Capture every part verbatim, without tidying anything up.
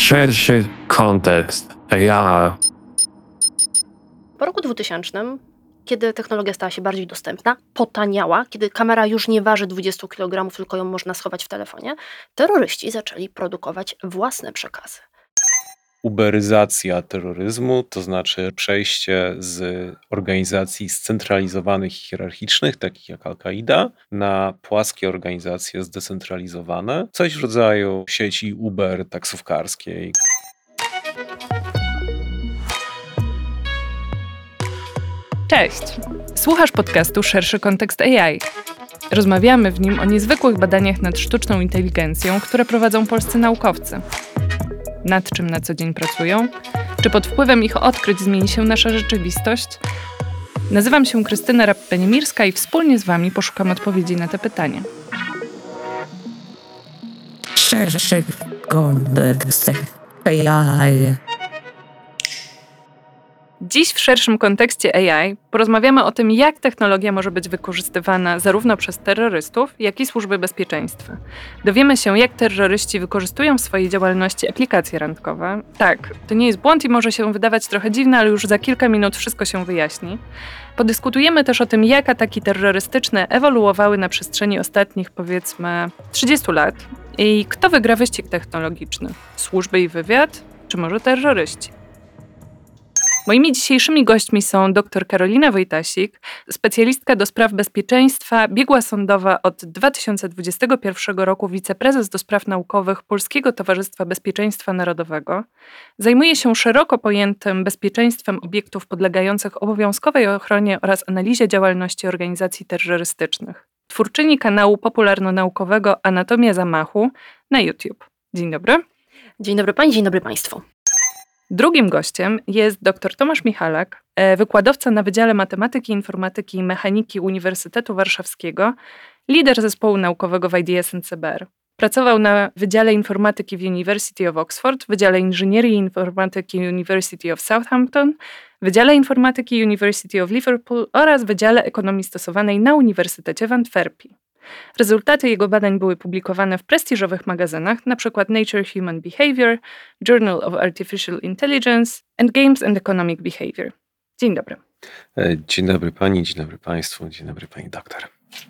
Szerszy kontekst A I. Po roku dwutysięcznym, kiedy technologia stała się bardziej dostępna, potaniała, kiedy kamera już nie waży dwadzieścia kilogramów, tylko ją można schować w telefonie, terroryści zaczęli produkować własne przekazy. Uberyzacja terroryzmu, to znaczy przejście z organizacji scentralizowanych i hierarchicznych, takich jak Al-Kaida, na płaskie organizacje zdecentralizowane, coś w rodzaju sieci Uber taksówkarskiej. Cześć! Słuchasz podcastu Szerszy kontekst A I. Rozmawiamy w nim o niezwykłych badaniach nad sztuczną inteligencją, które prowadzą polscy naukowcy. Nad czym na co dzień pracują? Czy pod wpływem ich odkryć zmieni się nasza rzeczywistość? Nazywam się Krystyna Rapp-Benimirska i wspólnie z Wami poszukam odpowiedzi na te pytania. Szerszy kontekst A I. Dziś w szerszym kontekście A I porozmawiamy o tym, jak technologia może być wykorzystywana zarówno przez terrorystów, jak i służby bezpieczeństwa. Dowiemy się, jak terroryści wykorzystują w swojej działalności aplikacje randkowe. Tak, to nie jest błąd i może się wydawać trochę dziwne, ale już za kilka minut wszystko się wyjaśni. Podyskutujemy też o tym, jak ataki terrorystyczne ewoluowały na przestrzeni ostatnich, powiedzmy, trzydziestu lat i kto wygra wyścig technologiczny? Służby i wywiad, czy może terroryści? Moimi dzisiejszymi gośćmi są dr Karolina Wojtasik, specjalistka do spraw bezpieczeństwa, biegła sądowa od dwa tysiące dwudziestego pierwszego roku, wiceprezes do spraw naukowych Polskiego Towarzystwa Bezpieczeństwa Narodowego. Zajmuje się szeroko pojętym bezpieczeństwem obiektów podlegających obowiązkowej ochronie oraz analizie działalności organizacji terrorystycznych. Twórczyni kanału popularno-naukowego Anatomia Zamachu na YouTube. Dzień dobry. Dzień dobry Pani, dzień dobry Państwu. Drugim gościem jest dr Tomasz Michalak, wykładowca na Wydziale Matematyki, Informatyki i Mechaniki Uniwersytetu Warszawskiego, lider zespołu naukowego w I D S N C B R. Pracował na Wydziale Informatyki w University of Oxford, Wydziale Inżynierii i Informatyki University of Southampton, Wydziale Informatyki University of Liverpool oraz Wydziale Ekonomii Stosowanej na Uniwersytecie w Antwerpii. Rezultaty jego badań były publikowane w prestiżowych magazynach, np. Nature Human Behavior, Journal of Artificial Intelligence and Games and Economic Behavior. Dzień dobry. Dzień dobry Pani, dzień dobry Państwu, dzień dobry Pani doktor.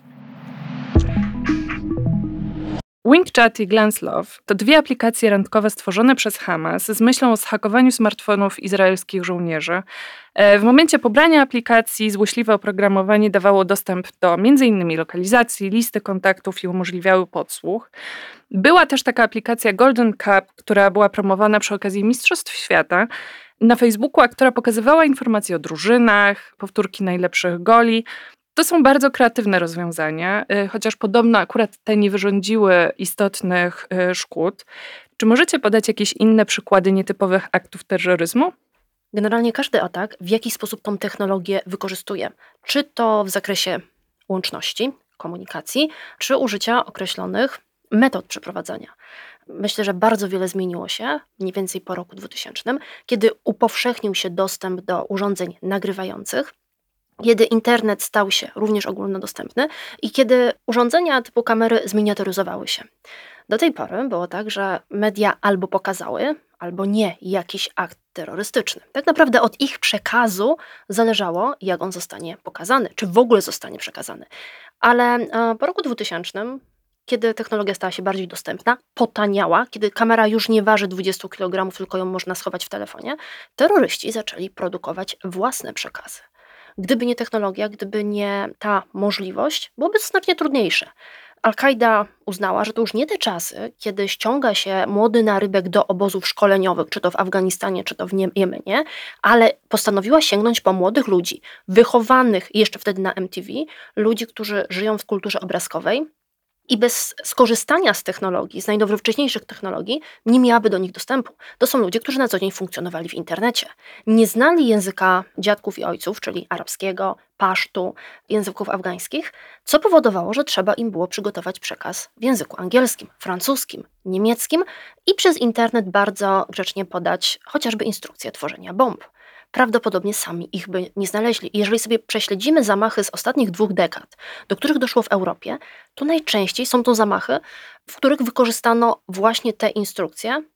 WingChat i GlanceLove to dwie aplikacje randkowe stworzone przez Hamas z myślą o zhakowaniu smartfonów izraelskich żołnierzy. W momencie pobrania aplikacji złośliwe oprogramowanie dawało dostęp do między innymi lokalizacji, listy kontaktów i umożliwiały podsłuch. Była też taka aplikacja Golden Cup, która była promowana przy okazji Mistrzostw Świata na Facebooku, a która pokazywała informacje o drużynach, powtórki najlepszych goli. To są bardzo kreatywne rozwiązania, chociaż podobno akurat te nie wyrządziły istotnych szkód. Czy możecie podać jakieś inne przykłady nietypowych aktów terroryzmu? Generalnie każdy atak w jakiś sposób tą technologię wykorzystuje. Czy to w zakresie łączności, komunikacji, czy użycia określonych metod przeprowadzania. Myślę, że bardzo wiele zmieniło się mniej więcej po roku dwutysięcznym, kiedy upowszechnił się dostęp do urządzeń nagrywających, kiedy internet stał się również ogólnodostępny i kiedy urządzenia typu kamery zminiaturyzowały się. Do tej pory było tak, że media albo pokazały, albo nie jakiś akt terrorystyczny. Tak naprawdę od ich przekazu zależało, jak on zostanie pokazany, czy w ogóle zostanie przekazany. Ale po roku dwutysięcznym, kiedy technologia stała się bardziej dostępna, potaniała, kiedy kamera już nie waży dwadzieścia kilogramów, tylko ją można schować w telefonie, terroryści zaczęli produkować własne przekazy. Gdyby nie technologia, gdyby nie ta możliwość, byłoby to znacznie trudniejsze. Al-Kaida uznała, że to już nie te czasy, kiedy ściąga się młody narybek do obozów szkoleniowych, czy to w Afganistanie, czy to w Jemenie, ale postanowiła sięgnąć po młodych ludzi, wychowanych jeszcze wtedy na M T V, ludzi, którzy żyją w kulturze obrazkowej, i bez skorzystania z technologii, z najnowocześniejszych technologii, nie miałaby do nich dostępu. To są ludzie, którzy na co dzień funkcjonowali w internecie. Nie znali języka dziadków i ojców, czyli arabskiego, pasztu, języków afgańskich, co powodowało, że trzeba im było przygotować przekaz w języku angielskim, francuskim, niemieckim i przez internet bardzo grzecznie podać chociażby instrukcję tworzenia bomb. Prawdopodobnie sami ich by nie znaleźli. I jeżeli sobie prześledzimy zamachy z ostatnich dwóch dekad, do których doszło w Europie, to najczęściej są to zamachy, w których wykorzystano właśnie te instrukcje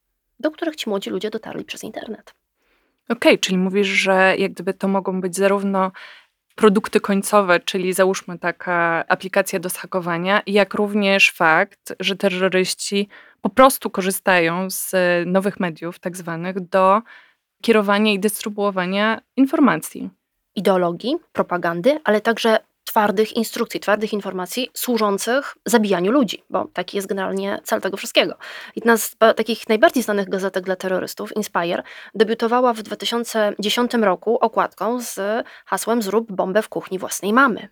do których ci młodzi ludzie dotarli przez internet. Okej, czyli mówisz, że jak gdyby to mogą być zarówno produkty końcowe, czyli załóżmy taka aplikacja do zhakowania, jak również fakt, że terroryści po prostu korzystają z nowych mediów tak zwanych do kierowania i dystrybuowania informacji. Ideologii, propagandy, ale także twardych instrukcji, twardych informacji służących zabijaniu ludzi, bo taki jest generalnie cel tego wszystkiego. Jedna z takich najbardziej znanych gazetek dla terrorystów, Inspire, debiutowała w dwa tysiące dziesiątym roku okładką z hasłem "Zrób bombę w kuchni własnej mamy".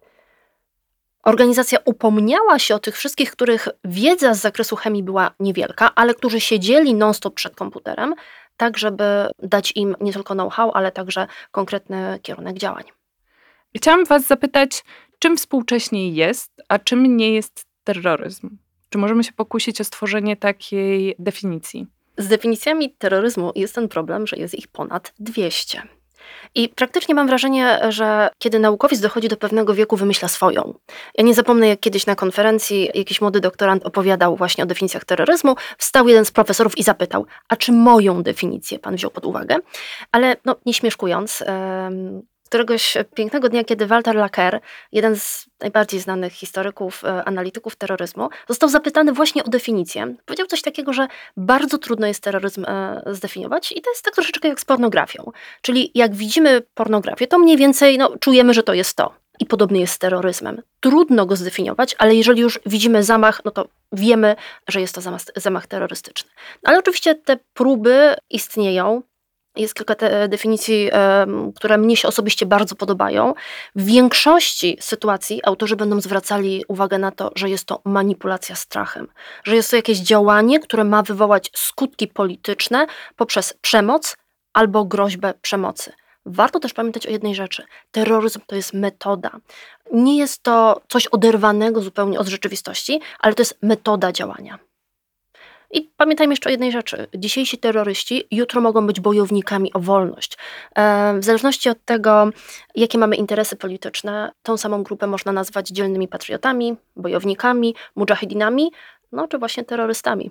Organizacja upomniała się o tych wszystkich, których wiedza z zakresu chemii była niewielka, ale którzy siedzieli non-stop przed komputerem, tak żeby dać im nie tylko know-how, ale także konkretny kierunek działań. Chciałam was zapytać, czym współcześnie jest, a czym nie jest terroryzm? Czy możemy się pokusić o stworzenie takiej definicji? Z definicjami terroryzmu jest ten problem, że jest ich ponad dwieście. I praktycznie mam wrażenie, że kiedy naukowiec dochodzi do pewnego wieku, wymyśla swoją. Ja nie zapomnę, jak kiedyś na konferencji jakiś młody doktorant opowiadał właśnie o definicjach terroryzmu, wstał jeden z profesorów i zapytał, a czy moją definicję pan wziął pod uwagę? Ale no, nie śmieszkując, um, któregoś pięknego dnia, kiedy Walter Laqueur, jeden z najbardziej znanych historyków, analityków terroryzmu, został zapytany właśnie o definicję. Powiedział coś takiego, że bardzo trudno jest terroryzm zdefiniować i to jest tak troszeczkę jak z pornografią. Czyli jak widzimy pornografię, to mniej więcej no, czujemy, że to jest to. I podobnie jest z terroryzmem. Trudno go zdefiniować, ale jeżeli już widzimy zamach, no to wiemy, że jest to zamach, zamach terrorystyczny. Ale oczywiście te próby istnieją. Jest kilka te definicji, um, które mnie się osobiście bardzo podobają. W większości sytuacji autorzy będą zwracali uwagę na to, że jest to manipulacja strachem, że jest to jakieś działanie, które ma wywołać skutki polityczne poprzez przemoc albo groźbę przemocy. Warto też pamiętać o jednej rzeczy. Terroryzm to jest metoda. Nie jest to coś oderwanego zupełnie od rzeczywistości, ale to jest metoda działania. I pamiętajmy jeszcze o jednej rzeczy. Dzisiejsi terroryści jutro mogą być bojownikami o wolność. W zależności od tego, jakie mamy interesy polityczne, tą samą grupę można nazwać dzielnymi patriotami, bojownikami, mudżahidinami, no czy właśnie terrorystami.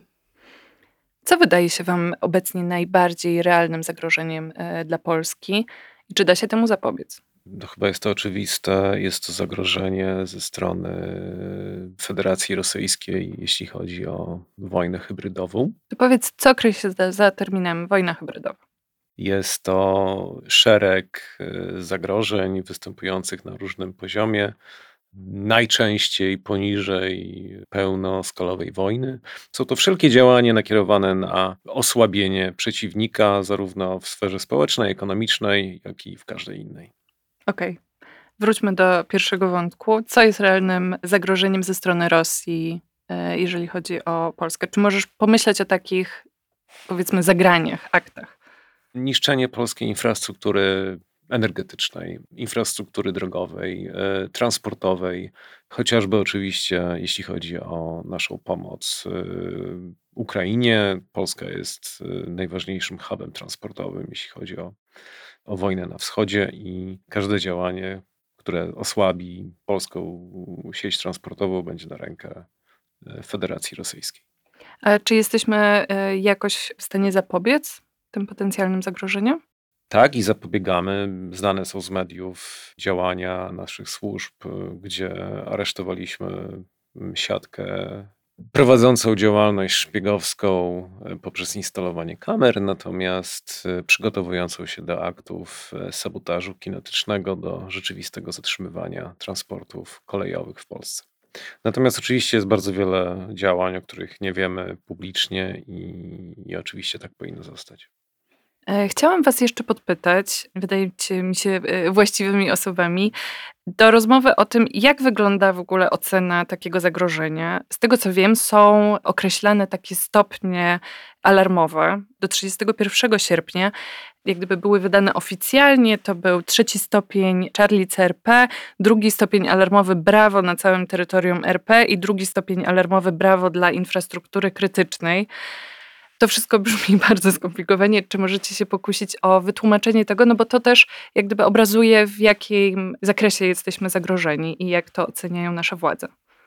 Co wydaje się wam obecnie najbardziej realnym zagrożeniem dla Polski i czy da się temu zapobiec? No, chyba jest to oczywiste. Jest to zagrożenie ze strony Federacji Rosyjskiej, jeśli chodzi o wojnę hybrydową. To powiedz, co kryje się za, za terminem wojna hybrydowa? Jest to szereg zagrożeń występujących na różnym poziomie, najczęściej poniżej pełnoskalowej wojny. Są to wszelkie działania nakierowane na osłabienie przeciwnika, zarówno w sferze społecznej, ekonomicznej, jak i w każdej innej. Okej. Okay. Wróćmy do pierwszego wątku. Co jest realnym zagrożeniem ze strony Rosji, jeżeli chodzi o Polskę? Czy możesz pomyśleć o takich, powiedzmy, zagraniach, aktach? Niszczenie polskiej infrastruktury energetycznej, infrastruktury drogowej, transportowej, chociażby oczywiście, jeśli chodzi o naszą pomoc Ukrainie. Polska jest najważniejszym hubem transportowym, jeśli chodzi o, o wojnę na wschodzie i każde działanie, które osłabi polską sieć transportową, będzie na rękę Federacji Rosyjskiej. A czy jesteśmy jakoś w stanie zapobiec tym potencjalnym zagrożeniom? Tak, i zapobiegamy. Znane są z mediów działania naszych służb, gdzie aresztowaliśmy siatkę prowadzącą działalność szpiegowską poprzez instalowanie kamer, natomiast przygotowującą się do aktów sabotażu kinetycznego, do rzeczywistego zatrzymywania transportów kolejowych w Polsce. Natomiast oczywiście jest bardzo wiele działań, o których nie wiemy publicznie i, i oczywiście tak powinno zostać. Chciałam was jeszcze podpytać, wydaje mi się właściwymi osobami, do rozmowy o tym, jak wygląda w ogóle ocena takiego zagrożenia. Z tego co wiem, są określane takie stopnie alarmowe. Do trzydziestego pierwszego sierpnia, jak gdyby były wydane oficjalnie, to był trzeci stopień Charlie C R P, drugi stopień alarmowy Brawo na całym terytorium R P i drugi stopień alarmowy Brawo dla infrastruktury krytycznej. To wszystko brzmi bardzo skomplikowanie. Czy możecie się pokusić o wytłumaczenie tego? No bo to też jak gdyby obrazuje, w jakim zakresie jesteśmy zagrożeni i jak to oceniają nasze władze.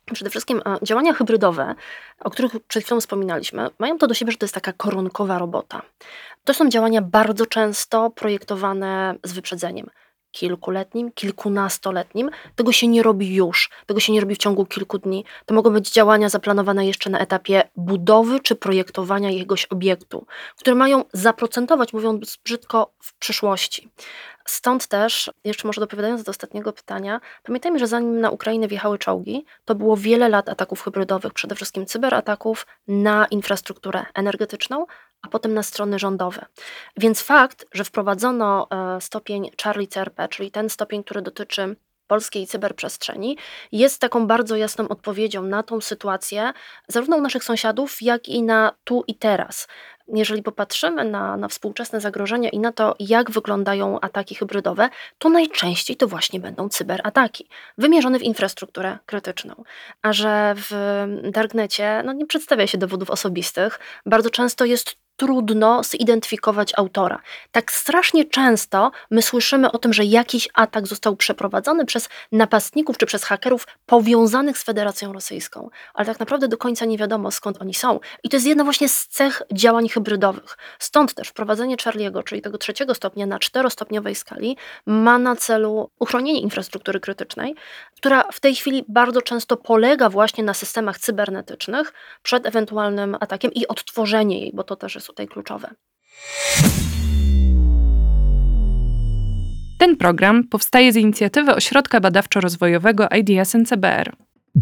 Przede wszystkim działania hybrydowe, o których przed chwilą wspominaliśmy, mają to do siebie, że to jest taka koronkowa robota. To są działania bardzo często projektowane z wyprzedzeniem kilkuletnim, kilkunastoletnim. Tego się nie robi już, tego się nie robi w ciągu kilku dni. To mogą być działania zaplanowane jeszcze na etapie budowy czy projektowania jakiegoś obiektu, które mają zaprocentować, mówiąc brzydko, w przyszłości. Stąd też, jeszcze może dopowiadając do ostatniego pytania, pamiętajmy, że zanim na Ukrainę wjechały czołgi, to było wiele lat ataków hybrydowych, przede wszystkim cyberataków na infrastrukturę energetyczną, a potem na strony rządowe. Więc fakt, że wprowadzono e, stopień Charlie C R P, czyli ten stopień, który dotyczy polskiej cyberprzestrzeni, jest taką bardzo jasną odpowiedzią na tą sytuację, zarówno u naszych sąsiadów, jak i na tu i teraz. Jeżeli popatrzymy na, na współczesne zagrożenia i na to, jak wyglądają ataki hybrydowe, to najczęściej to właśnie będą cyberataki, wymierzone w infrastrukturę krytyczną. A że w darknecie no, nie przedstawia się dowodów osobistych, bardzo często jest trudno zidentyfikować autora. Tak strasznie często my słyszymy o tym, że jakiś atak został przeprowadzony przez napastników czy przez hakerów powiązanych z Federacją Rosyjską, ale tak naprawdę do końca nie wiadomo, skąd oni są. I to jest jedna właśnie z cech działań hybrydowych. Stąd też wprowadzenie Charlie'ego, czyli tego trzeciego stopnia na czterostopniowej skali, ma na celu uchronienie infrastruktury krytycznej, która w tej chwili bardzo często polega właśnie na systemach cybernetycznych przed ewentualnym atakiem i odtworzenie jej, bo to też jest tutaj kluczowe. Ten program powstaje z inicjatywy Ośrodka Badawczo-Rozwojowego I D S N C B R.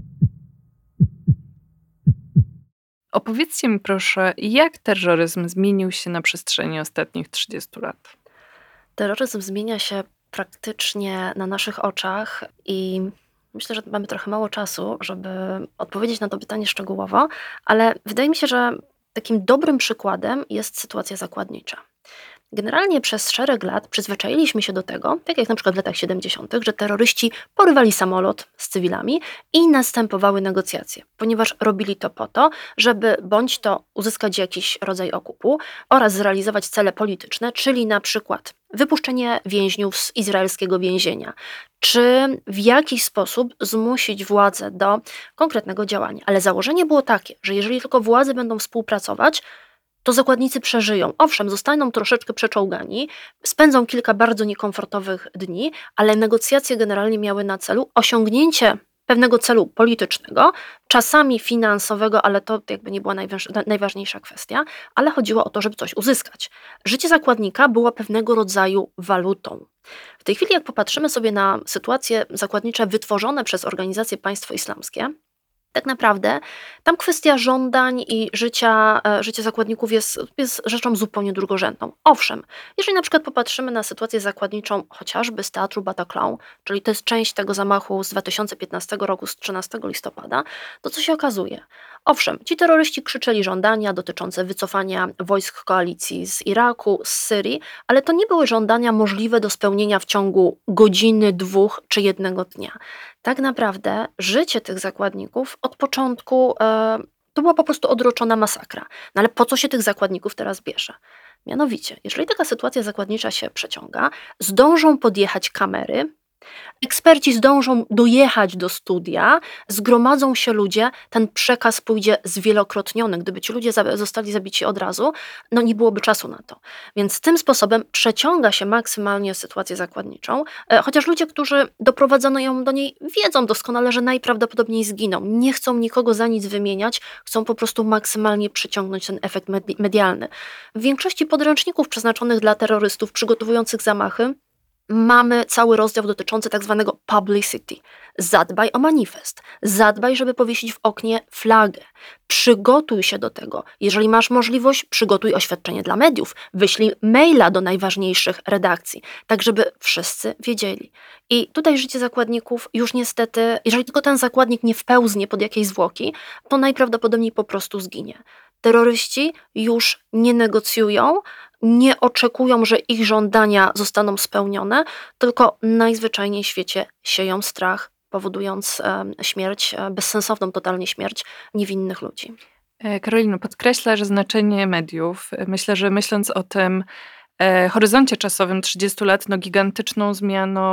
Opowiedzcie mi proszę, jak terroryzm zmienił się na przestrzeni ostatnich trzydziestu lat? Terroryzm zmienia się praktycznie na naszych oczach i myślę, że mamy trochę mało czasu, żeby odpowiedzieć na to pytanie szczegółowo, ale wydaje mi się, że takim dobrym przykładem jest sytuacja zakładnicza. Generalnie przez szereg lat przyzwyczailiśmy się do tego, tak jak na przykład w latach siedemdziesiątych, że terroryści porywali samolot z cywilami i następowały negocjacje, ponieważ robili to po to, żeby bądź to uzyskać jakiś rodzaj okupu oraz zrealizować cele polityczne, czyli na przykład wypuszczenie więźniów z izraelskiego więzienia, czy w jakiś sposób zmusić władzę do konkretnego działania. Ale założenie było takie, że jeżeli tylko władze będą współpracować, to zakładnicy przeżyją. Owszem, zostaną troszeczkę przeczołgani, spędzą kilka bardzo niekomfortowych dni, ale negocjacje generalnie miały na celu osiągnięcie pewnego celu politycznego, czasami finansowego, ale to jakby nie była najważniejsza kwestia, ale chodziło o to, żeby coś uzyskać. Życie zakładnika było pewnego rodzaju walutą. W tej chwili, jak popatrzymy sobie na sytuacje zakładnicze wytworzone przez organizacje państwo islamskie, tak naprawdę tam kwestia żądań i życia, życia zakładników jest, jest rzeczą zupełnie drugorzędną. Owszem, jeżeli na przykład popatrzymy na sytuację zakładniczą chociażby z teatru Bataclan, czyli to jest część tego zamachu z dwa tysiące piętnastego roku, z trzynastego listopada, to co się okazuje? Owszem, ci terroryści krzyczeli żądania dotyczące wycofania wojsk koalicji z Iraku, z Syrii, ale to nie były żądania możliwe do spełnienia w ciągu godziny, dwóch czy jednego dnia. Tak naprawdę życie tych zakładników od początku e, to była po prostu odroczona masakra. No ale po co się tych zakładników teraz bierze? Mianowicie, jeżeli taka sytuacja zakładnicza się przeciąga, zdążą podjechać kamery, eksperci zdążą dojechać do studia, zgromadzą się ludzie, ten przekaz pójdzie zwielokrotniony. Gdyby ci ludzie zostali zabici od razu, no nie byłoby czasu na to. Więc tym sposobem przeciąga się maksymalnie sytuację zakładniczą, chociaż ludzie, którzy doprowadzono ją do niej, wiedzą doskonale, że najprawdopodobniej zginą. Nie chcą nikogo za nic wymieniać, chcą po prostu maksymalnie przyciągnąć ten efekt medialny. W większości podręczników przeznaczonych dla terrorystów przygotowujących zamachy mamy cały rozdział dotyczący tak zwanego publicity. Zadbaj o manifest. Zadbaj, żeby powiesić w oknie flagę. Przygotuj się do tego. Jeżeli masz możliwość, przygotuj oświadczenie dla mediów. Wyślij maila do najważniejszych redakcji, tak żeby wszyscy wiedzieli. I tutaj życie zakładników już niestety, jeżeli tylko ten zakładnik nie wpełznie pod jakieś zwłoki, to najprawdopodobniej po prostu zginie. Terroryści już nie negocjują, nie oczekują, że ich żądania zostaną spełnione, tylko najzwyczajniej w świecie sieją strach, powodując e, śmierć, e, bezsensowną totalnie śmierć niewinnych ludzi. Karolino, podkreślasz znaczenie mediów. Myślę, że myśląc o tym e, horyzoncie czasowym trzydziestu lat, no gigantyczną zmianą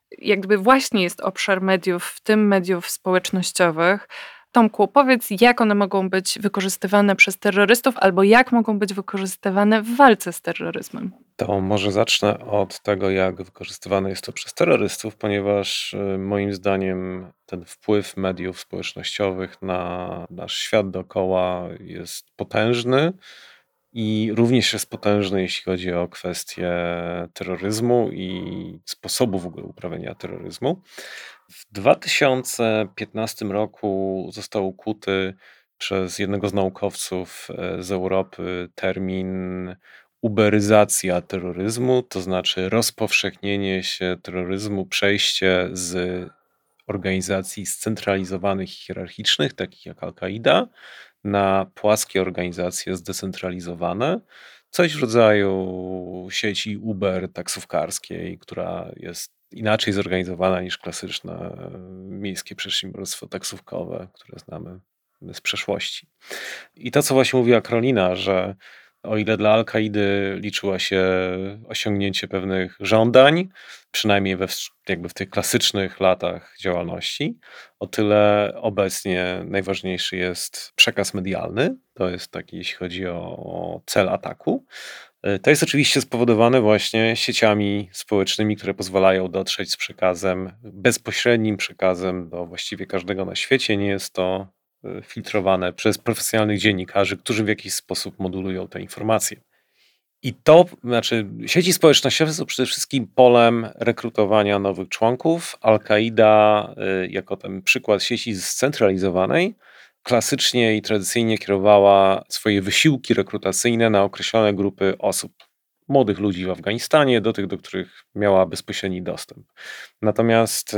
jakby właśnie jest obszar mediów, w tym mediów społecznościowych. Tomku, powiedz, jak one mogą być wykorzystywane przez terrorystów albo jak mogą być wykorzystywane w walce z terroryzmem? To może zacznę od tego, jak wykorzystywane jest to przez terrorystów, ponieważ y, moim zdaniem ten wpływ mediów społecznościowych na nasz świat dookoła jest potężny i również jest potężny, jeśli chodzi o kwestie terroryzmu i sposobu w ogóle uprawiania terroryzmu. W dwa tysiące piętnastym roku został ukuty przez jednego z naukowców e, z Europy termin uberyzacja terroryzmu, to znaczy rozpowszechnienie się terroryzmu, przejście z organizacji scentralizowanych i hierarchicznych, takich jak Al-Kaida, na płaskie organizacje zdecentralizowane, coś w rodzaju sieci Uber taksówkarskiej, która jest inaczej zorganizowana niż klasyczne miejskie przedsiębiorstwo taksówkowe, które znamy z przeszłości. I to, co właśnie mówiła Karolina, że o ile dla Al-Kaidy liczyło się osiągnięcie pewnych żądań, przynajmniej we, jakby w tych klasycznych latach działalności, o tyle obecnie najważniejszy jest przekaz medialny. To jest taki, jeśli chodzi o cel ataku. To jest oczywiście spowodowane właśnie sieciami społecznymi, które pozwalają dotrzeć z przekazem, bezpośrednim przekazem do właściwie każdego na świecie. Nie jest to filtrowane przez profesjonalnych dziennikarzy, którzy w jakiś sposób modulują te informacje. I to, znaczy sieci społecznościowe są przede wszystkim polem rekrutowania nowych członków. Al-Kaida, jako ten przykład sieci scentralizowanej, klasycznie i tradycyjnie kierowała swoje wysiłki rekrutacyjne na określone grupy osób. Młodych ludzi w Afganistanie, do tych, do których miała bezpośredni dostęp. Natomiast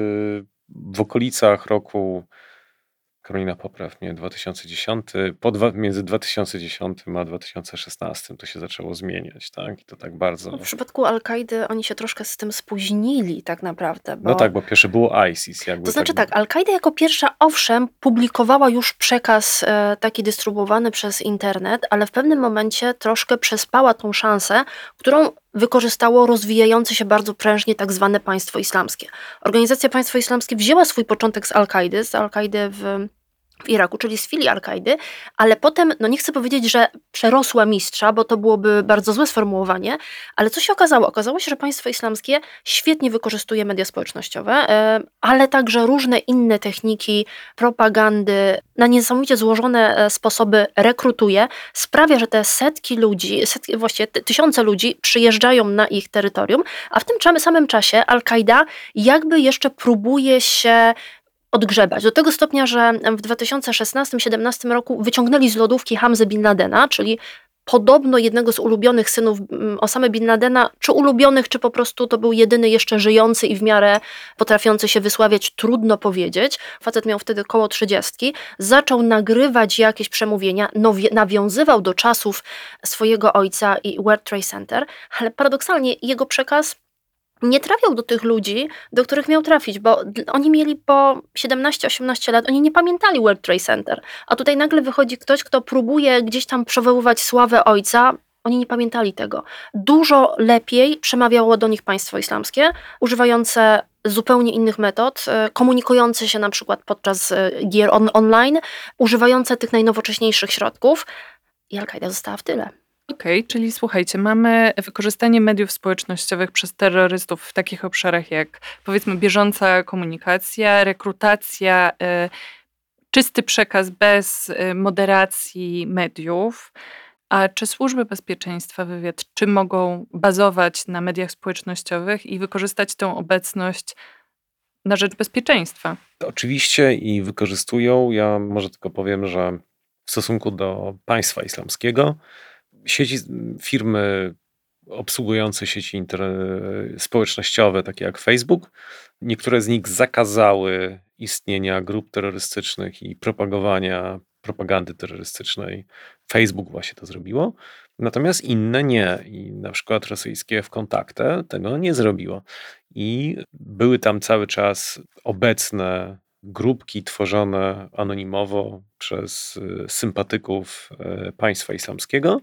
w okolicach roku, Karolina popraw mnie, dwa tysiące dziesiąty, po dwa, między dwa tysiące dziesiątym a dwa tysiące szesnastym to się zaczęło zmieniać, tak? I to tak bardzo... No, w przypadku Al-Kaidy oni się troszkę z tym spóźnili tak naprawdę. Bo... No tak, bo pierwsze było ISIS. Jakby To znaczy tak, tak, Al-Kaida jako pierwsza, owszem, publikowała już przekaz e, taki dystrybuowany przez internet, ale w pewnym momencie troszkę przespała tą szansę, którą wykorzystało rozwijające się bardzo prężnie tak zwane państwo islamskie. Organizacja Państwo Islamskie wzięła swój początek z Al-Kaidy, z Al-Kaidy w w Iraku, czyli z filii Al-Kaidy, ale potem, no nie chcę powiedzieć, że przerosła mistrza, bo to byłoby bardzo złe sformułowanie, ale co się okazało? Okazało się, że państwo islamskie świetnie wykorzystuje media społecznościowe, ale także różne inne techniki propagandy, na niesamowicie złożone sposoby rekrutuje, sprawia, że te setki ludzi, setki, właściwie tysiące ludzi przyjeżdżają na ich terytorium, a w tym samym czasie Al-Kaida jakby jeszcze próbuje się odgrzebać. Do tego stopnia, że w dwa tysiące szesnastym siedemnastym roku wyciągnęli z lodówki Hamzę Bin Ladena, czyli podobno jednego z ulubionych synów Osamy Bin Ladena, czy ulubionych, czy po prostu to był jedyny jeszcze żyjący i w miarę potrafiący się wysławiać, trudno powiedzieć. Facet miał wtedy koło trzydziestki, zaczął nagrywać jakieś przemówienia, nowi- nawiązywał do czasów swojego ojca i World Trade Center, ale paradoksalnie jego przekaz nie trafiał do tych ludzi, do których miał trafić, bo oni mieli po siedemnaście osiemnaście lat, oni nie pamiętali World Trade Center, a tutaj nagle wychodzi ktoś, kto próbuje gdzieś tam przywoływać sławę ojca, oni nie pamiętali tego. Dużo lepiej przemawiało do nich państwo islamskie, używające zupełnie innych metod, komunikujące się na przykład podczas gier on- online, używające tych najnowocześniejszych środków i Al-Kaida została w tyle. Okej, okay, czyli słuchajcie, mamy wykorzystanie mediów społecznościowych przez terrorystów w takich obszarach jak powiedzmy bieżąca komunikacja, rekrutacja, y, czysty przekaz bez y, moderacji mediów. A czy służby bezpieczeństwa, wywiad, czy mogą bazować na mediach społecznościowych i wykorzystać tę obecność na rzecz bezpieczeństwa? Oczywiście i wykorzystują. Ja może tylko powiem, że w stosunku do państwa islamskiego sieci, firmy obsługujące sieci inter- społecznościowe, takie jak Facebook, niektóre z nich zakazały istnienia grup terrorystycznych i propagowania propagandy terrorystycznej. Facebook właśnie to zrobiło, natomiast inne nie. I na przykład rosyjskie Wkontakte tego nie zrobiło. I były tam cały czas obecne grupki tworzone anonimowo przez sympatyków państwa islamskiego.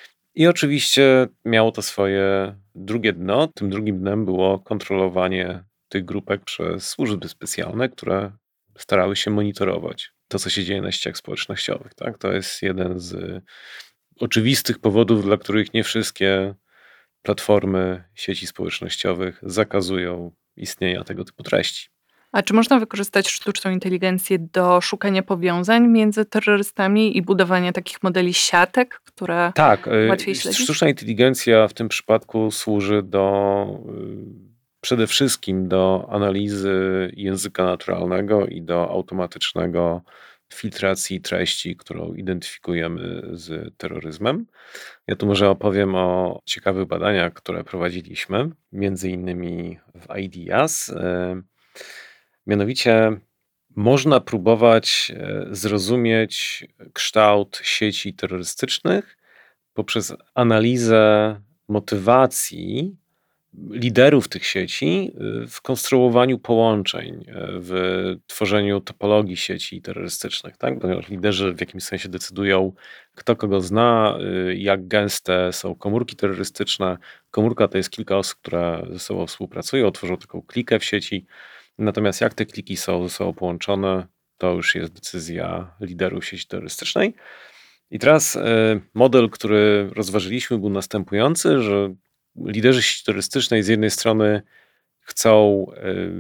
I oczywiście miało to swoje drugie dno. Tym drugim dnem było kontrolowanie tych grupek przez służby specjalne, które starały się monitorować to, co się dzieje na sieciach społecznościowych. Tak? To jest jeden z oczywistych powodów, dla których nie wszystkie platformy sieci społecznościowych zakazują istnienia tego typu treści. A czy można wykorzystać sztuczną inteligencję do szukania powiązań między terrorystami i budowania takich modeli siatek, które Tak, y, łatwiej śledzić? sztuczna inteligencja w tym przypadku służy do y, przede wszystkim do analizy języka naturalnego i do automatycznego filtracji treści, którą identyfikujemy z terroryzmem. Ja tu może opowiem o ciekawych badaniach, które prowadziliśmy, między innymi w I D I A S. Y, Mianowicie można próbować e, zrozumieć kształt sieci terrorystycznych poprzez analizę motywacji liderów tych sieci y, w konstruowaniu połączeń, y, w tworzeniu topologii sieci terrorystycznych, tak? Ponieważ liderzy w jakimś sensie decydują, kto kogo zna, y, jak gęste są komórki terrorystyczne. Komórka to jest kilka osób, które ze sobą współpracują, tworzą taką klikę w sieci. Natomiast jak te kliki są ze sobą połączone, to już jest decyzja liderów sieci terrorystycznej. I teraz y, model, który rozważyliśmy, był następujący, że liderzy sieci terrorystycznej z jednej strony chcą y,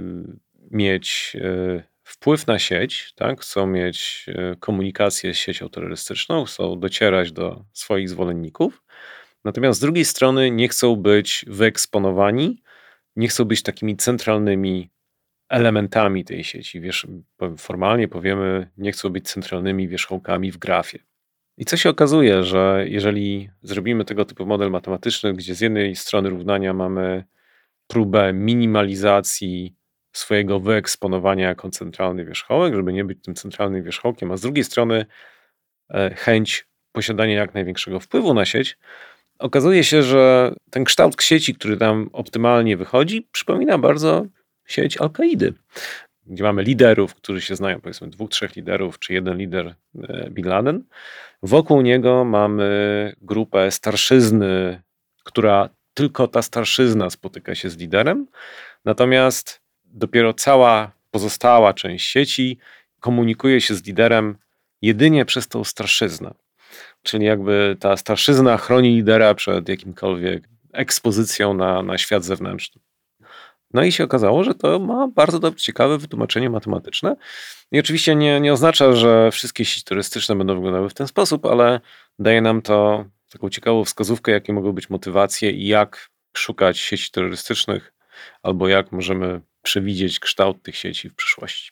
mieć y, wpływ na sieć, tak? Chcą mieć y, komunikację z siecią terrorystyczną, chcą docierać do swoich zwolenników, natomiast z drugiej strony nie chcą być wyeksponowani, nie chcą być takimi centralnymi elementami tej sieci. Wiesz, formalnie powiemy, nie chcą być centralnymi wierzchołkami w grafie. I co się okazuje, że jeżeli zrobimy tego typu model matematyczny, gdzie z jednej strony równania mamy próbę minimalizacji swojego wyeksponowania jako centralny wierzchołek, żeby nie być tym centralnym wierzchołkiem, a z drugiej strony e, chęć posiadania jak największego wpływu na sieć, okazuje się, że ten kształt sieci, który tam optymalnie wychodzi, przypomina bardzo sieć Al-Kaidy, gdzie mamy liderów, którzy się znają, powiedzmy dwóch, trzech liderów, czy jeden lider Bin Laden. Wokół niego mamy grupę starszyzny, która tylko ta starszyzna spotyka się z liderem, natomiast dopiero cała pozostała część sieci komunikuje się z liderem jedynie przez tą starszyznę. Czyli jakby ta starszyzna chroni lidera przed jakimkolwiek ekspozycją na, na świat zewnętrzny. No i się okazało, że to ma bardzo dobrze ciekawe wytłumaczenie matematyczne. I oczywiście nie, nie oznacza, że wszystkie sieci turystyczne będą wyglądały w ten sposób, ale daje nam to taką ciekawą wskazówkę, jakie mogą być motywacje i jak szukać sieci terrorystycznych, albo jak możemy przewidzieć kształt tych sieci w przyszłości.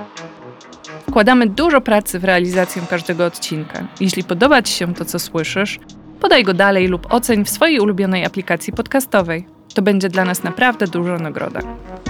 Wkładamy dużo pracy w realizację każdego odcinka. Jeśli podoba Ci się to, co słyszysz, podaj go dalej lub oceń w swojej ulubionej aplikacji podcastowej. To będzie dla nas naprawdę duża nagroda.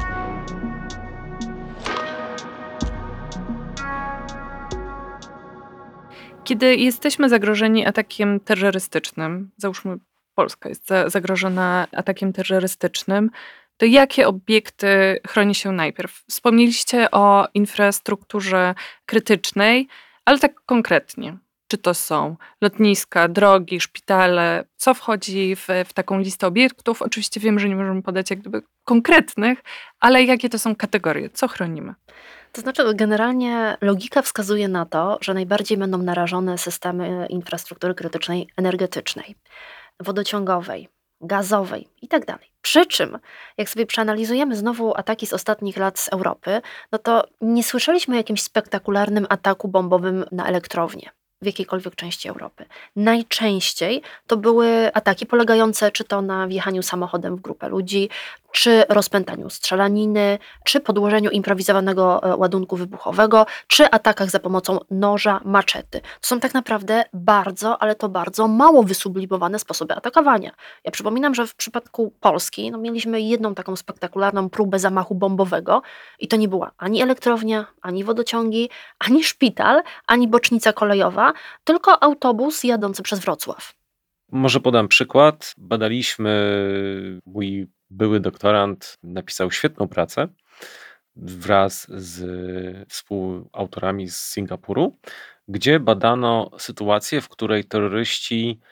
Kiedy jesteśmy zagrożeni atakiem terrorystycznym, załóżmy Polska jest zagrożona atakiem terrorystycznym, to jakie obiekty chroni się najpierw? Wspomnieliście o infrastrukturze krytycznej, ale tak konkretnie. Czy to są lotniska, drogi, szpitale? Co wchodzi w, w taką listę obiektów? Oczywiście wiem, że nie możemy podać jak gdyby konkretnych, ale jakie to są kategorie? Co chronimy? To znaczy, generalnie logika wskazuje na to, że najbardziej będą narażone systemy infrastruktury krytycznej energetycznej, wodociągowej, gazowej itd. Przy czym, jak sobie przeanalizujemy znowu ataki z ostatnich lat z Europy, no to nie słyszeliśmy o jakimś spektakularnym ataku bombowym na elektrownię w jakiejkolwiek części Europy. Najczęściej to były ataki polegające czy to na wjechaniu samochodem w grupę ludzi, czy rozpętaniu strzelaniny, czy podłożeniu improwizowanego ładunku wybuchowego, czy atakach za pomocą noża, maczety. To są tak naprawdę bardzo, ale to bardzo mało wysublimowane sposoby atakowania. Ja przypominam, że w przypadku Polski no, mieliśmy jedną taką spektakularną próbę zamachu bombowego i to nie była ani elektrownia, ani wodociągi, ani szpital, ani bocznica kolejowa, tylko autobus jadący przez Wrocław. Może podam przykład. Badaliśmy, mój były doktorant napisał świetną pracę wraz z współautorami z Singapuru, gdzie badano sytuację, w której terroryści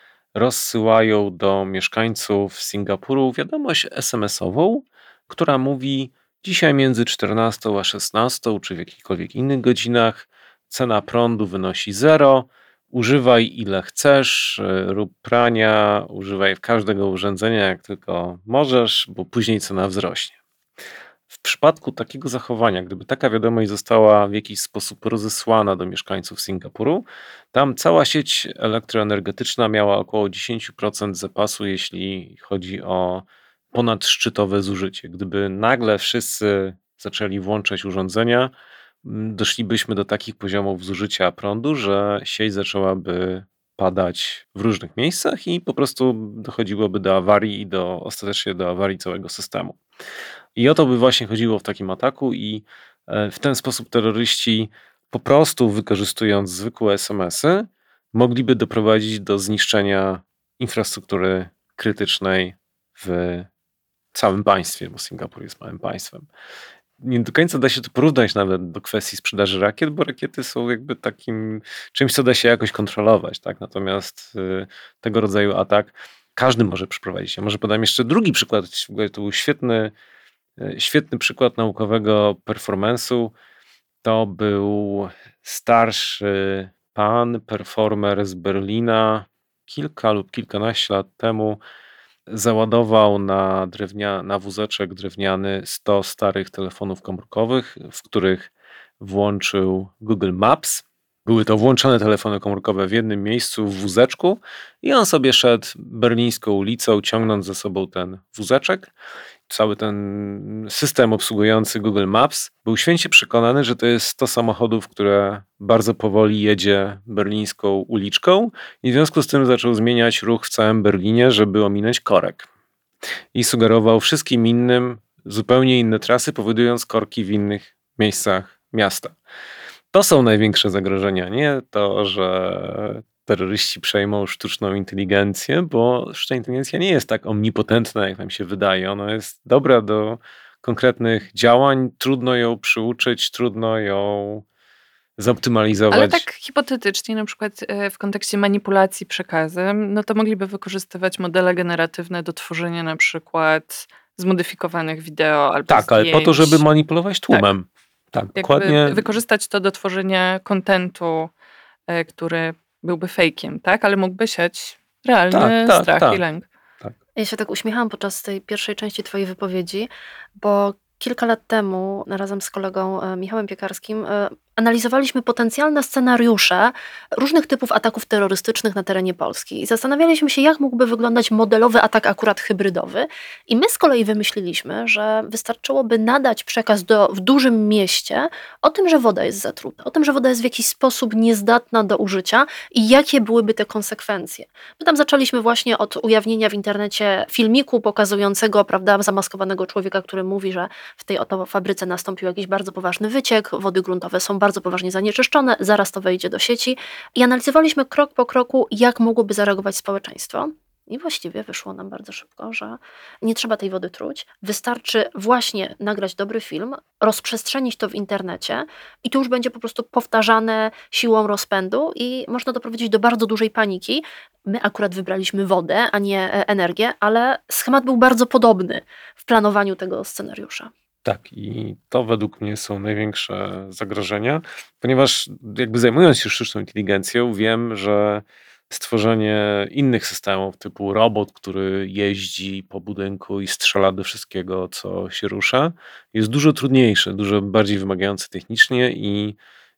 rozsyłają do mieszkańców Singapuru wiadomość es em esową, która mówi: Dzisiaj między czternastą a szesnastą, czy w jakichkolwiek innych godzinach cena prądu wynosi zero. Używaj ile chcesz, rób prania, używaj każdego urządzenia jak tylko możesz, bo później cena wzrośnie. W przypadku takiego zachowania, gdyby taka wiadomość została w jakiś sposób rozesłana do mieszkańców Singapuru, tam cała sieć elektroenergetyczna miała około dziesięć procent zapasu, jeśli chodzi o ponadszczytowe zużycie. Gdyby nagle wszyscy zaczęli włączać urządzenia, doszlibyśmy do takich poziomów zużycia prądu, że sieć zaczęłaby padać w różnych miejscach i po prostu dochodziłoby do awarii i do, ostatecznie do awarii całego systemu. I o to by właśnie chodziło w takim ataku i w ten sposób terroryści, po prostu wykorzystując zwykłe es em esy, mogliby doprowadzić do zniszczenia infrastruktury krytycznej w całym państwie, bo Singapur jest małym państwem. Nie do końca da się to porównać nawet do kwestii sprzedaży rakiet, bo rakiety są jakby takim czymś, co da się jakoś kontrolować, tak? Natomiast y, tego rodzaju atak każdy może przeprowadzić. Ja może podam jeszcze drugi przykład, w ogóle to był świetny, y, świetny przykład naukowego performance'u. To był starszy pan, performer z Berlina, kilka lub kilkanaście lat temu. Załadował na, drewnia, na wózeczek drewniany sto starych telefonów komórkowych, w których włączył Google Maps. Były to włączone telefony komórkowe w jednym miejscu w wózeczku i on sobie szedł berlińską ulicą, ciągnąc ze sobą ten wózeczek. Cały ten system obsługujący Google Maps był święcie przekonany, że to jest sto samochodów, które bardzo powoli jedzie berlińską uliczką i w związku z tym zaczął zmieniać ruch w całym Berlinie, żeby ominąć korek. I sugerował wszystkim innym zupełnie inne trasy, powodując korki w innych miejscach miasta. To są największe zagrożenia, nie to, że terroryści przejmą sztuczną inteligencję, bo sztuczna inteligencja nie jest tak omnipotentna, jak nam się wydaje. Ona jest dobra do konkretnych działań, trudno ją przyuczyć, trudno ją zoptymalizować. Ale tak hipotetycznie, na przykład w kontekście manipulacji przekazem, no to mogliby wykorzystywać modele generatywne do tworzenia na przykład zmodyfikowanych wideo albo Tak, zdjęć. ale po to, żeby manipulować tłumem. Tak, tak dokładnie. Wykorzystać to do tworzenia kontentu, który byłby fejkiem, tak? Ale mógłby siać realny tak, tak, strach tak, i lęk. Tak. Ja się tak uśmiechałam podczas tej pierwszej części twojej wypowiedzi, bo kilka lat temu razem z kolegą Michałem Piekarskim analizowaliśmy potencjalne scenariusze różnych typów ataków terrorystycznych na terenie Polski i zastanawialiśmy się, jak mógłby wyglądać modelowy atak akurat hybrydowy i my z kolei wymyśliliśmy, że wystarczyłoby nadać przekaz do, w dużym mieście o tym, że woda jest zatruta, o tym, że woda jest w jakiś sposób niezdatna do użycia i jakie byłyby te konsekwencje. My tam zaczęliśmy właśnie od ujawnienia w internecie filmiku pokazującego, prawda, zamaskowanego człowieka, który mówi, że w tej oto fabryce nastąpił jakiś bardzo poważny wyciek, wody gruntowe są bardzo poważnie zanieczyszczone, zaraz to wejdzie do sieci i analizowaliśmy krok po kroku, jak mogłoby zareagować społeczeństwo. I właściwie wyszło nam bardzo szybko, że nie trzeba tej wody truć, wystarczy właśnie nagrać dobry film, rozprzestrzenić to w internecie i to już będzie po prostu powtarzane siłą rozpędu i można doprowadzić do bardzo dużej paniki. My akurat wybraliśmy wodę, a nie energię, ale schemat był bardzo podobny w planowaniu tego scenariusza. Tak, i to według mnie są największe zagrożenia, ponieważ jakby zajmując się sztuczną inteligencją, wiem, że stworzenie innych systemów typu robot, który jeździ po budynku i strzela do wszystkiego, co się rusza, jest dużo trudniejsze, dużo bardziej wymagające technicznie i,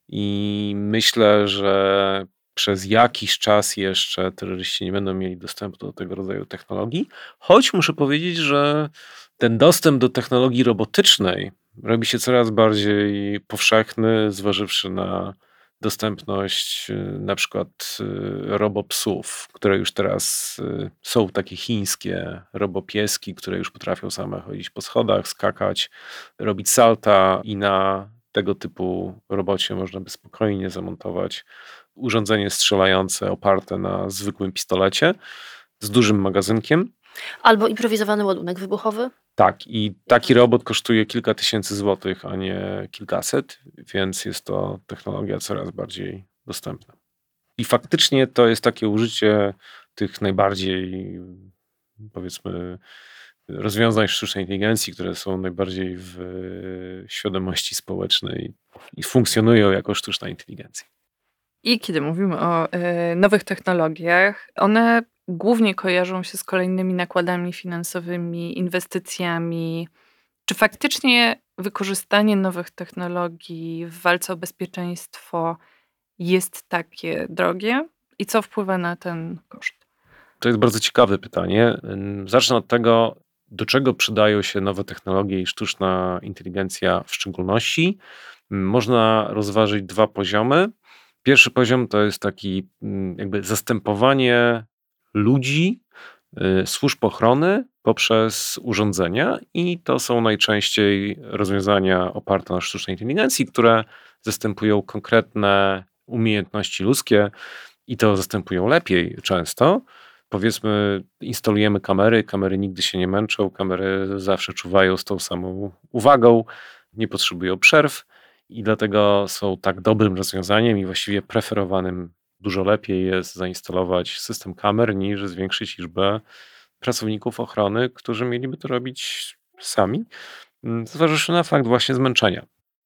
i myślę, że przez jakiś czas jeszcze terroryści nie będą mieli dostępu do tego rodzaju technologii, choć muszę powiedzieć, że ten dostęp do technologii robotycznej robi się coraz bardziej powszechny, zważywszy na dostępność na przykład robopsów, które już teraz są takie chińskie robopieski, które już potrafią same chodzić po schodach, skakać, robić salta i na tego typu robocie można by spokojnie zamontować urządzenie strzelające oparte na zwykłym pistolecie z dużym magazynkiem. Albo improwizowany ładunek wybuchowy. Tak, i taki robot kosztuje kilka tysięcy złotych, a nie kilkaset, więc jest to technologia coraz bardziej dostępna. I faktycznie to jest takie użycie tych najbardziej, powiedzmy, rozwiązań sztucznej inteligencji, które są najbardziej w świadomości społecznej i funkcjonują jako sztuczna inteligencja. I kiedy mówimy o y, nowych technologiach, one głównie kojarzą się z kolejnymi nakładami finansowymi, inwestycjami. Czy faktycznie wykorzystanie nowych technologii w walce o bezpieczeństwo jest takie drogie? I co wpływa na ten koszt? To jest bardzo ciekawe pytanie. Zacznę od tego, do czego przydają się nowe technologie i sztuczna inteligencja w szczególności. Można rozważyć dwa poziomy. Pierwszy poziom to jest taki jakby zastępowanie ludzi, służb ochrony poprzez urządzenia i to są najczęściej rozwiązania oparte na sztucznej inteligencji, które zastępują konkretne umiejętności ludzkie i to zastępują lepiej często. Powiedzmy, instalujemy kamery, kamery nigdy się nie męczą, kamery zawsze czuwają z tą samą uwagą, nie potrzebują przerw i dlatego są tak dobrym rozwiązaniem i właściwie preferowanym. Dużo lepiej jest zainstalować system kamer niż zwiększyć liczbę pracowników ochrony, którzy mieliby to robić sami, zważywszy na fakt właśnie zmęczenia.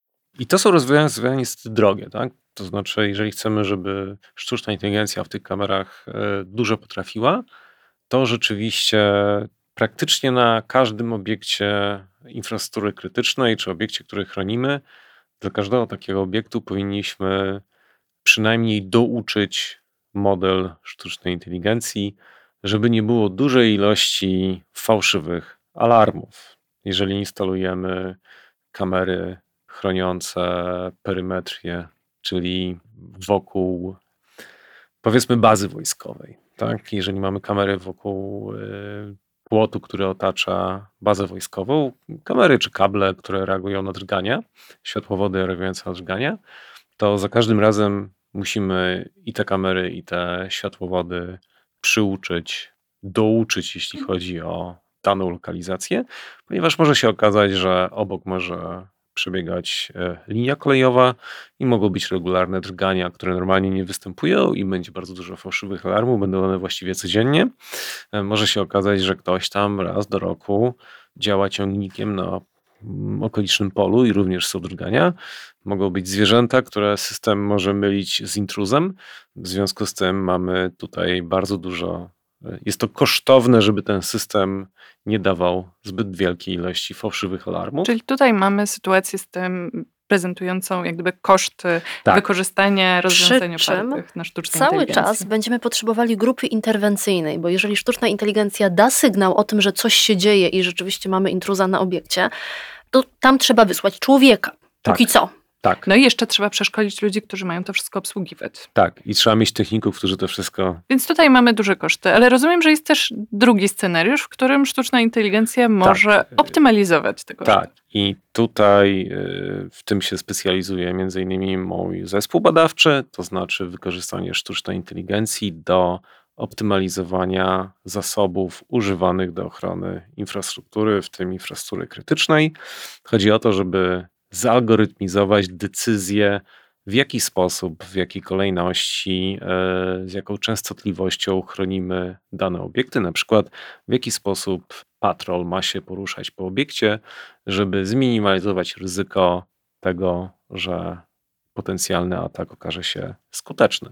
I to są rozwiązania niestety drogie, tak? To znaczy, jeżeli chcemy, żeby sztuczna inteligencja w tych kamerach dużo potrafiła, to rzeczywiście praktycznie na każdym obiekcie infrastruktury krytycznej czy obiekcie, który chronimy, dla każdego takiego obiektu powinniśmy przynajmniej douczyć model sztucznej inteligencji, żeby nie było dużej ilości fałszywych alarmów. Jeżeli instalujemy kamery chroniące perymetrię, czyli wokół, powiedzmy, bazy wojskowej, tak? Jeżeli mamy kamery wokół y, płotu, który otacza bazę wojskową, kamery czy kable, które reagują na drgania, światłowody reagujące na drgania, to za każdym razem musimy i te kamery, i te światłowody przyuczyć, douczyć, jeśli chodzi o daną lokalizację, ponieważ może się okazać, że obok może przebiegać linia kolejowa i mogą być regularne drgania, które normalnie nie występują i będzie bardzo dużo fałszywych alarmów, będą one właściwie codziennie. Może się okazać, że ktoś tam raz do roku działa ciągnikiem na okolicznym polu i również są drgania. Mogą być zwierzęta, które system może mylić z intruzem. W związku z tym mamy tutaj bardzo dużo. Jest to kosztowne, żeby ten system nie dawał zbyt wielkiej ilości fałszywych alarmów. Czyli tutaj mamy sytuację z tym prezentującą jak gdyby koszty tak. wykorzystania rozwiązań Przy czym opartych na sztucznej cały inteligencji. czas będziemy potrzebowali grupy interwencyjnej, bo jeżeli sztuczna inteligencja da sygnał o tym, że coś się dzieje i rzeczywiście mamy intruza na obiekcie, to tam trzeba wysłać człowieka. Tak. Póki co. Tak. No i jeszcze trzeba przeszkolić ludzi, którzy mają to wszystko obsługiwać. Tak, i trzeba mieć techników, którzy to wszystko... Więc tutaj mamy duże koszty, ale rozumiem, że jest też drugi scenariusz, w którym sztuczna inteligencja może tak. optymalizować te koszty. Tak, i tutaj w tym się specjalizuje między innymi mój zespół badawczy, to znaczy wykorzystanie sztucznej inteligencji do optymalizowania zasobów używanych do ochrony infrastruktury, w tym infrastruktury krytycznej. Chodzi o to, żeby zalgorytmizować decyzje, w jaki sposób, w jakiej kolejności, z jaką częstotliwością chronimy dane obiekty, na przykład w jaki sposób patrol ma się poruszać po obiekcie, żeby zminimalizować ryzyko tego, że potencjalny atak okaże się skuteczny.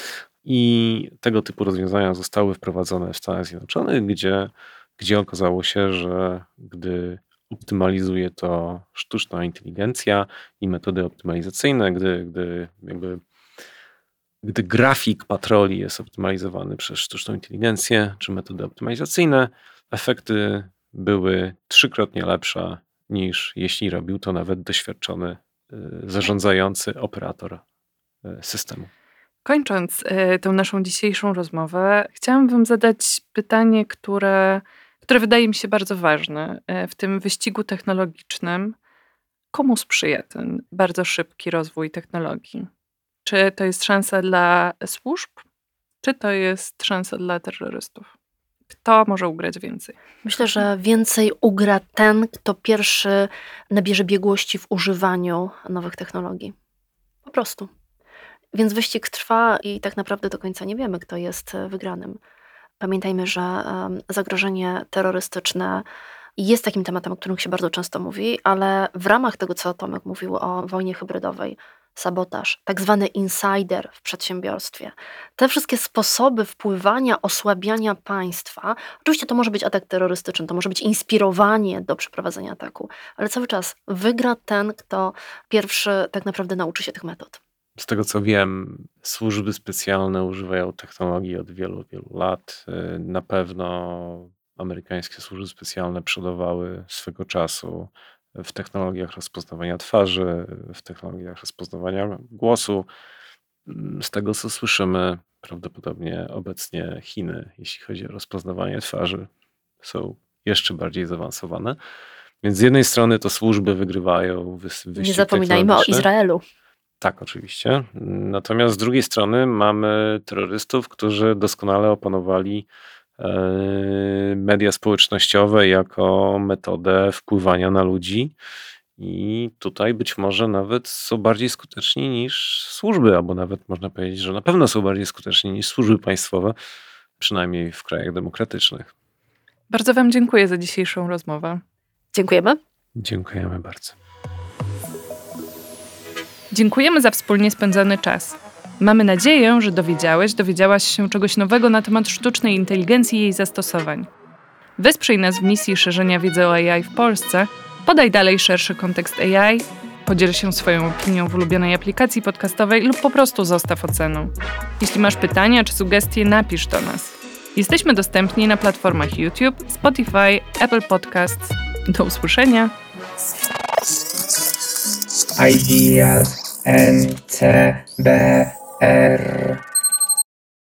I tego typu rozwiązania zostały wprowadzone w Stanach Zjednoczonych, gdzie, gdzie okazało się, że gdy optymalizuje to sztuczna inteligencja i metody optymalizacyjne, gdy, gdy, jakby, gdy grafik patroli jest optymalizowany przez sztuczną inteligencję czy metody optymalizacyjne, efekty były trzykrotnie lepsze niż jeśli robił to nawet doświadczony zarządzający operator systemu. Kończąc y, tę naszą dzisiejszą rozmowę, chciałam wam zadać pytanie, które, które wydaje mi się bardzo ważne. Y, w tym wyścigu technologicznym, komu sprzyja ten bardzo szybki rozwój technologii? Czy to jest szansa dla służb, czy to jest szansa dla terrorystów? Kto może ugrać więcej? Myślę, że więcej ugra ten, kto pierwszy nabierze biegłości w używaniu nowych technologii. Po prostu. Więc wyścig trwa i tak naprawdę do końca nie wiemy, kto jest wygranym. Pamiętajmy, że zagrożenie terrorystyczne i jest takim tematem, o którym się bardzo często mówi, ale w ramach tego, co Tomek mówił o wojnie hybrydowej, sabotaż, tak zwany insider w przedsiębiorstwie. Te wszystkie sposoby wpływania, osłabiania państwa, oczywiście to może być atak terrorystyczny, to może być inspirowanie do przeprowadzenia ataku, ale cały czas wygra ten, kto pierwszy tak naprawdę nauczy się tych metod. Z tego co wiem, służby specjalne używają technologii od wielu, wielu lat. Na pewno amerykańskie służby specjalne przodowały swego czasu w technologiach rozpoznawania twarzy, w technologiach rozpoznawania głosu. Z tego co słyszymy, prawdopodobnie obecnie Chiny, jeśli chodzi o rozpoznawanie twarzy, są jeszcze bardziej zaawansowane. Więc z jednej strony to służby wygrywają wyścig Nie zapominajmy o Izraelu. Tak, oczywiście. Natomiast z drugiej strony mamy terrorystów, którzy doskonale opanowali media społecznościowe jako metodę wpływania na ludzi i tutaj być może nawet są bardziej skuteczni niż służby, albo nawet można powiedzieć, że na pewno są bardziej skuteczni niż służby państwowe, przynajmniej w krajach demokratycznych. Bardzo Wam dziękuję za dzisiejszą rozmowę. Dziękujemy. Dziękujemy bardzo. Dziękujemy za wspólnie spędzony czas. Mamy nadzieję, że dowiedziałeś, dowiedziałaś się czegoś nowego na temat sztucznej inteligencji i jej zastosowań. Wesprzyj nas w misji szerzenia wiedzy o A I w Polsce, podaj dalej szerszy kontekst A I, podziel się swoją opinią w ulubionej aplikacji podcastowej lub po prostu zostaw ocenę. Jeśli masz pytania czy sugestie, napisz do nas. Jesteśmy dostępni na platformach YouTube, Spotify, Apple Podcasts. Do usłyszenia! Ideas N C B R